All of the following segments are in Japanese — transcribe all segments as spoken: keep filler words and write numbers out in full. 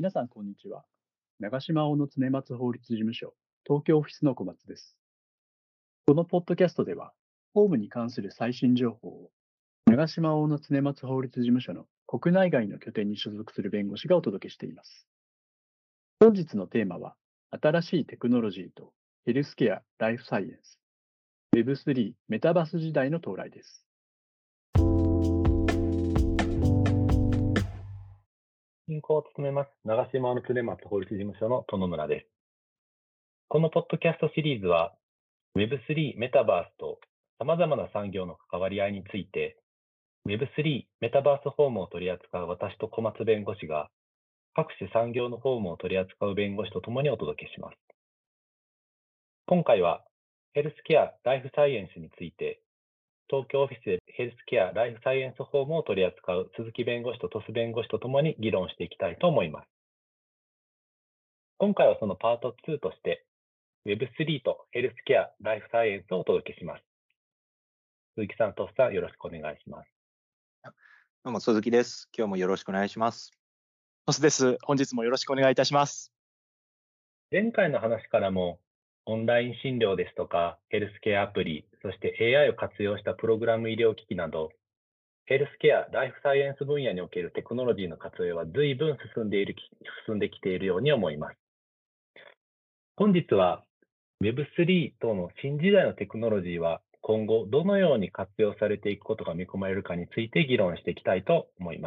皆さん、こんにちは。長島大野常松法律事務所、東京オフィスの小松です。このポッドキャストでは、法務に関する最新情報を、長島大野常松法律事務所の国内外の拠点に所属する弁護士がお届けしています。本日のテーマは、新しいテクノロジーとヘルスケア・ライフサイエンス、ウェブスリー メタバース時代の到来です。 進行を務めます長島の常松法律事務所の殿村です。このポッドキャストシリーズは ウェブスリー メタバースと様々な産業の関わり合いについて ウェブスリー メタバース法務を取り扱う私と小松弁護士が各種産業の法務を取り扱う弁護士とともにお届けします。今回はヘルスケア・ライフサイエンスについて東京オフィスでヘルスケア・ライフサイエンス法務を取り扱う鈴木弁護士と鳥栖弁護士とともに議論していきたいと思います。今回はそのパートツーとして ウェブスリー とヘルスケア・ライフサイエンスをお届けします。鈴木さん、鳥栖さん、よろしくお願いします。 どうも鈴木です。今日もよろしくお願いします。 鳥栖です。本日もよろしくお願いいたします。 前回の話からもオンライン診療ですとかヘルスケアアプリ、そして エーアイ を活用したプログラム医療機器などヘルスケア・ライフサイエンス分野におけるテクノロジーの活用は随分進んでいる進んできているように思います。本日は ウェブスリー 等の新時代のテクノロジーは今後どのように活用されていくことが見込まれるかについて議論していきたいと思います。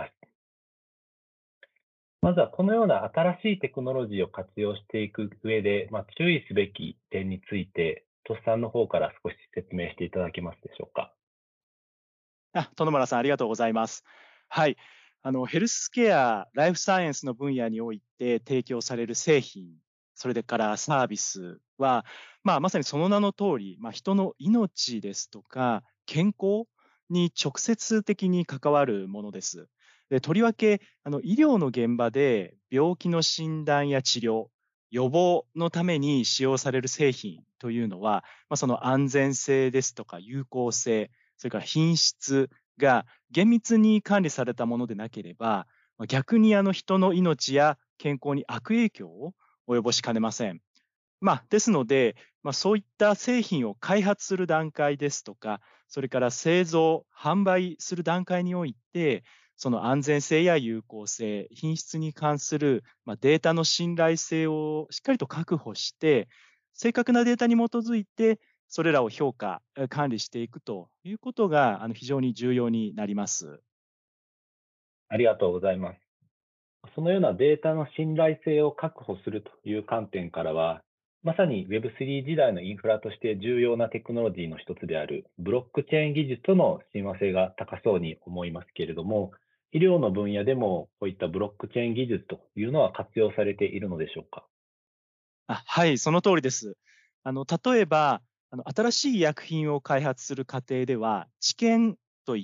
まずはこのような新しいテクノロジーを活用していく上で、まあ、注意すべき点について、鳥栖さんの方から少し説明していただけますでしょうか。 あ、殿村さん、ありがとうございます。はい。あの、ヘルスケア、ライフサイエンスの分野において提供される製品、それからサービスは、まあ、まさにその名の通り、まあ、人の命ですとか健康に直接的に関わるものです。で、とりわけあの医療の現場で病気の診断や治療、予防のために使用される製品というのは、まあ、その安全性ですとか有効性、それから品質が厳密に管理されたものでなければ、逆にあの人の命や健康に悪影響を及ぼしかねません。まあ、ですので、まあ、そういった製品を開発する段階ですとか、それから製造、販売する段階において、その安全性や有効性、品質に関する、まあ、データの信頼性をしっかりと確保して、正確なデータに基づいて、それらを評価、管理していくということがあの非常に重要になります。 ありがとうございます。そのようなデータの信頼性を確保するという観点からは、まさに ウェブスリー 時代のインフラとして重要なテクノロジーの一つであるブロックチェーン技術との親和性が高そうに思いますけれども、医療の分野でもこういったブロックチェーン技術というのは活用されているのでしょうか。 あ、はい、その通りです。あの例えばあの、新しい医薬品を開発する過程では、治験といって、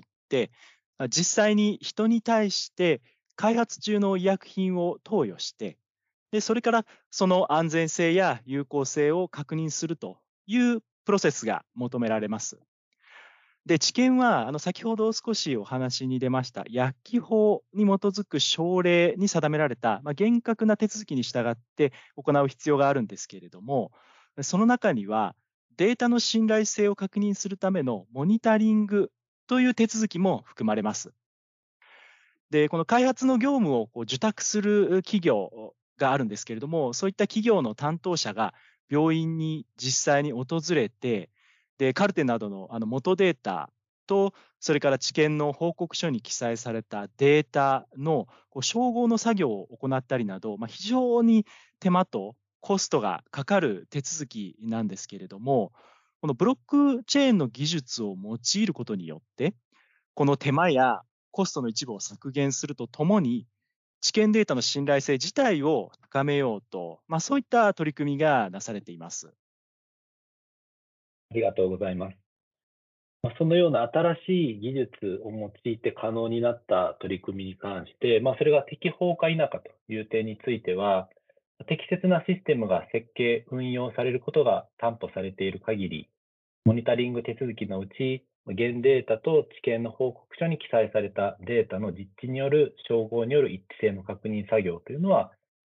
実際に人に対して開発中の医薬品を投与して、でそれからその安全性や有効性を確認するというプロセスが求められます。で、治験はあの先ほど少しお話に出ました薬機法に基づく省令に定められた、まあ、厳格な手続きに従って行う必要があるんですけれども、その中にはデータの信頼性を確認するためのモニタリングという手続きも含まれます。で、この開発の業務をこう受託する企業があるんですけれども、そういった企業の担当者が病院に実際に訪れて、でカルテなどのあの元データと、それから治験の報告書に記載されたデータのこう照合の作業を行ったりなど、まあ、非常に手間とコストがかかる手続きなんですけれども、このブロックチェーンの技術を用いることによって、この手間やコストの一部を削減するとともに、治験データの信頼性自体を高めようと、まあ、そういった取り組みがなされています。 ありがとうございます。そのような新しい技術を用いて可能になった取り組みに関して、まあ、それが適法か否かという点については、適切なシステムが設計、運用されることが担保されている限り、モニタリング手続きのうち、現データと治験の報告書に記載されたデータの実地による照合による一致性の確認作業というのは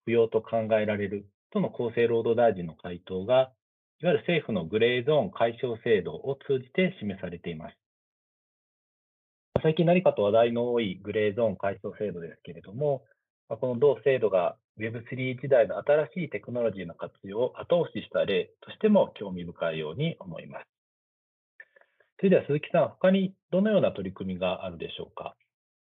不要と考えられるとの厚生労働大臣の回答が、いわゆる政府のグレーゾーン解消制度を通じて示されています。最近何かと話題の多いグレーゾーン解消制度ですけれども、この同制度が ウェブスリー 時代の新しいテクノロジーの活用を後押しした例としても興味深いように思います。それでは鈴木さん、他にどのような取り組みがあるでしょうか。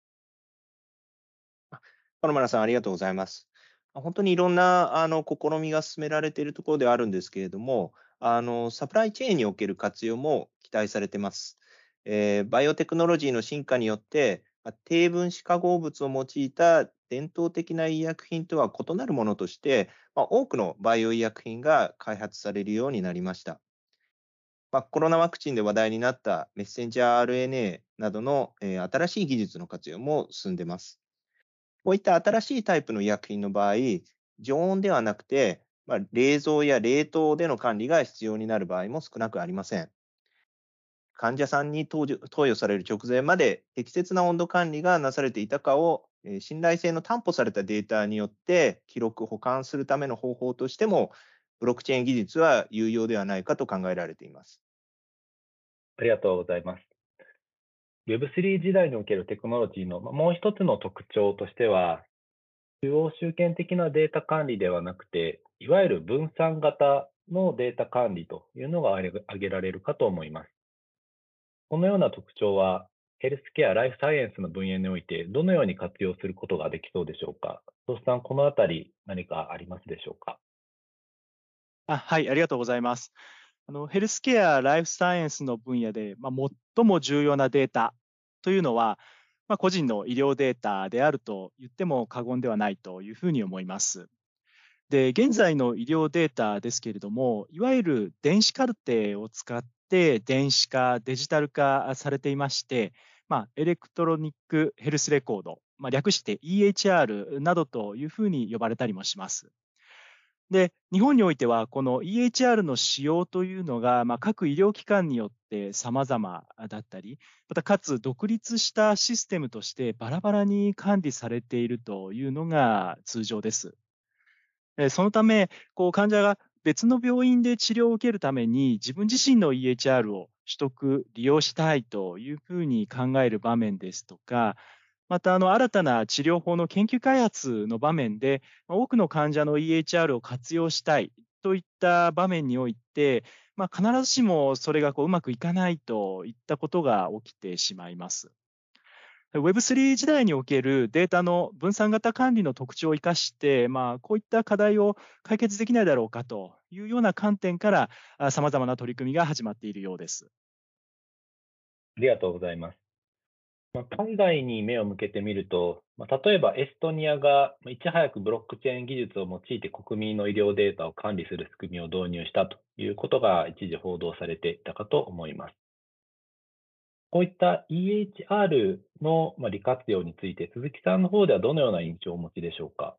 野村さん、ありがとうございます。本当にいろんなあの試みが進められているところではあるんですけれども、あのサプライチェーンにおける活用も期待されています。えーバイオテクノロジーの進化によって、まあ低分子化合物を用いた伝統的な医薬品とは異なるものとして、まあ、多くのバイオ医薬品が開発されるようになりました。まあ、コロナワクチンで話題になったメッセンジャー アールエヌエー などの、えー新しい技術の活用も進んでいます。こういった新しいタイプの医薬品の場合、常温ではなくて、まあ、冷蔵や冷凍での管理が必要になる場合も少なくありません。患者さんに投与投与される直前まで適切な温度管理がなされていたかを、えー信頼性の担保されたデータによって記録保管するための方法としても、ブロックチェーン技術は有用ではないかと考えられています。 ありがとうございます。ウェブスリー 時代におけるテクノロジーのもう一つの特徴としては、中央集権的なデータ管理ではなくて、いわゆる分散型のデータ管理というのが挙げ挙げられるかと思います。このような特徴は、ヘルスケア、ライフサイエンスの分野において、どのように活用することができそうでしょうか。トスさん、このあたり、何かありますでしょうか。 あはい、ありがとうございます。あのヘルスケア、ライフサイエンスの分野で、まあ、最も重要なデータというのは、まあ、個人の医療データであると言っても過言ではないというふうに思います。で、現在の医療データですけれども、いわゆる電子カルテを使って電子化、デジタル化されていまして、まあ、エレクトロニックヘルスレコード、まあ、略して イーエイチアール などというふうに呼ばれたりもします。で、日本においては、この イーエイチアール の使用というのが、まあ、各医療機関によって様々だったり、またかつ独立したシステムとしてバラバラに管理されているというのが通常です。えそのため、こう患者が別の病院で治療を受けるために、自分自身の イーエイチアール を取得、利用したいというふうに考える場面ですとか、また、あの、新たな治療法の研究開発の場面で、ま多くの患者の イーエイチアール を活用したいといった場面において、まあ、必ずしもそれがこううまくいかないといったことが起きてしまいます。ウェブスリー 時代におけるデータの分散型管理の特徴を生かして、まあ、こういった課題を解決できないだろうかというような観点から、さまざまな取り組みが始まっているようです。 ありがとうございます。まあ海外に目を向けてみると、まあ例えばエストニアがまあいち早くブロックチェーン技術を用いて国民の医療データを管理する仕組みを導入したということが一時報道されていたかと思います。こういった イーエイチアール のまあ利活用について、鈴木さんの方ではどのような印象をお持ちでしょうか。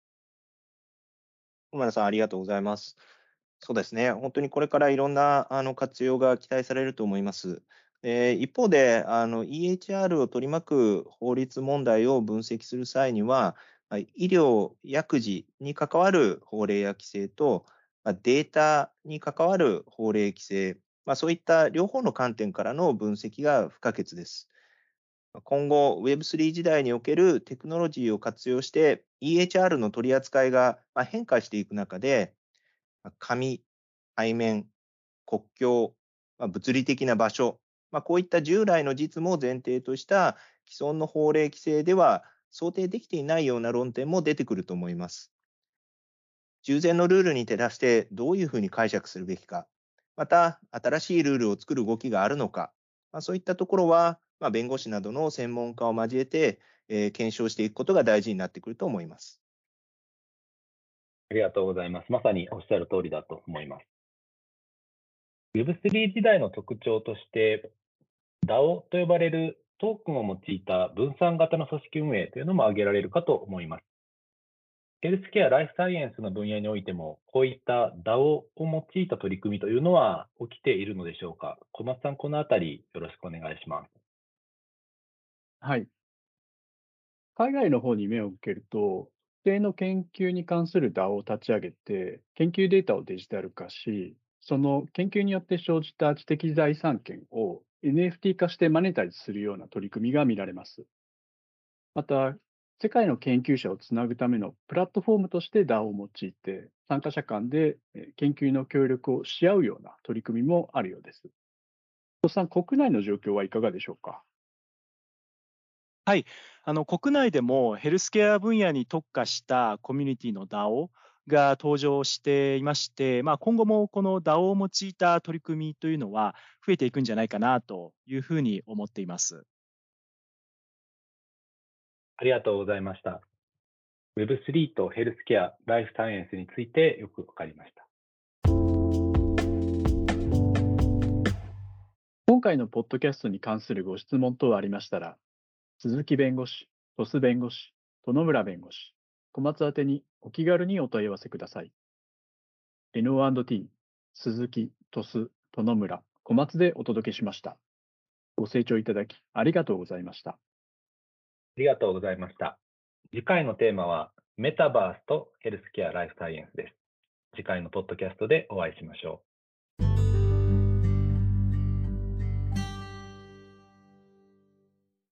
小村さん、ありがとうございます。そうですね、本当にこれからいろんなあの活用が期待されると思います。えー一方で、あの イーエイチアール を取り巻く法律問題を分析する際には、まあ医療、薬事に関わる法令や規制と、まあデータに関わる法令規制、まあ、そういった両方の観点からの分析が不可欠です。今後、ウェブスリー 時代におけるテクノロジーを活用して、イーエイチアール の取り扱いがまあ変化していく中で、まあ紙、背面、国境、まあ、物理的な場所、まあ、こういった従来の実務を前提とした既存の法令規制では想定できていないような論点も出てくると思います。従前のルールに照らしてどういうふうに解釈するべきか、また新しいルールを作る動きがあるのか、まあ、そういったところは、まあ、弁護士などの専門家を交えて、えー検証していくことが大事になってくると思います。 ありがとうございます。まさにおっしゃる通りだと思います。ウェブスリー 時代の特徴として、ダオ と呼ばれるトークンを用いた分散型の組織運営というのも挙げられるかと思います。ヘルスケア、ライフサイエンスの分野においても、こういった ダオ を用いた取り組みというのは起きているのでしょうか。小松さん、このあたりよろしくお願いします。 はい。海外の方に目を向けると、 定の研究に関する ダオ を立ち上げて、研究データをデジタル化し、その研究によって生じた知的財産権を エヌエフティー 化してマネタイズするような取り組みが見られます。また、世界の研究者をつなぐためのプラットフォームとして ダオ を用いて、参加者間でえー研究の協力をし合うような取り組みもあるようです。戸さん、国内の状況はいかがでしょうか。 はい、あの国内でもヘルスケア分野に特化したコミュニティの ダオ が登場していまして、まあ、今後もこの ダオ を用いた取り組みというのは増えていくんじゃないかなというふうに思っています。 ありがとうございました。ウェブスリー とヘルスケア、ライフサイエンスについてよくわかりました。 今回のポッドキャストに関するご質問等ありましたら、鈴木弁護士、鳥栖弁護士、殿村弁護士、小松宛てにお気軽にお問い合わせください。エヌオーアンドティー、鈴木、鳥栖、殿村、小松でお届けしました。ご清聴いただきありがとうございました。 ありがとうございました。次回のテーマは、メタバースとヘルスケア・ライフサイエンスです。次回のポッドキャストでお会いしましょう。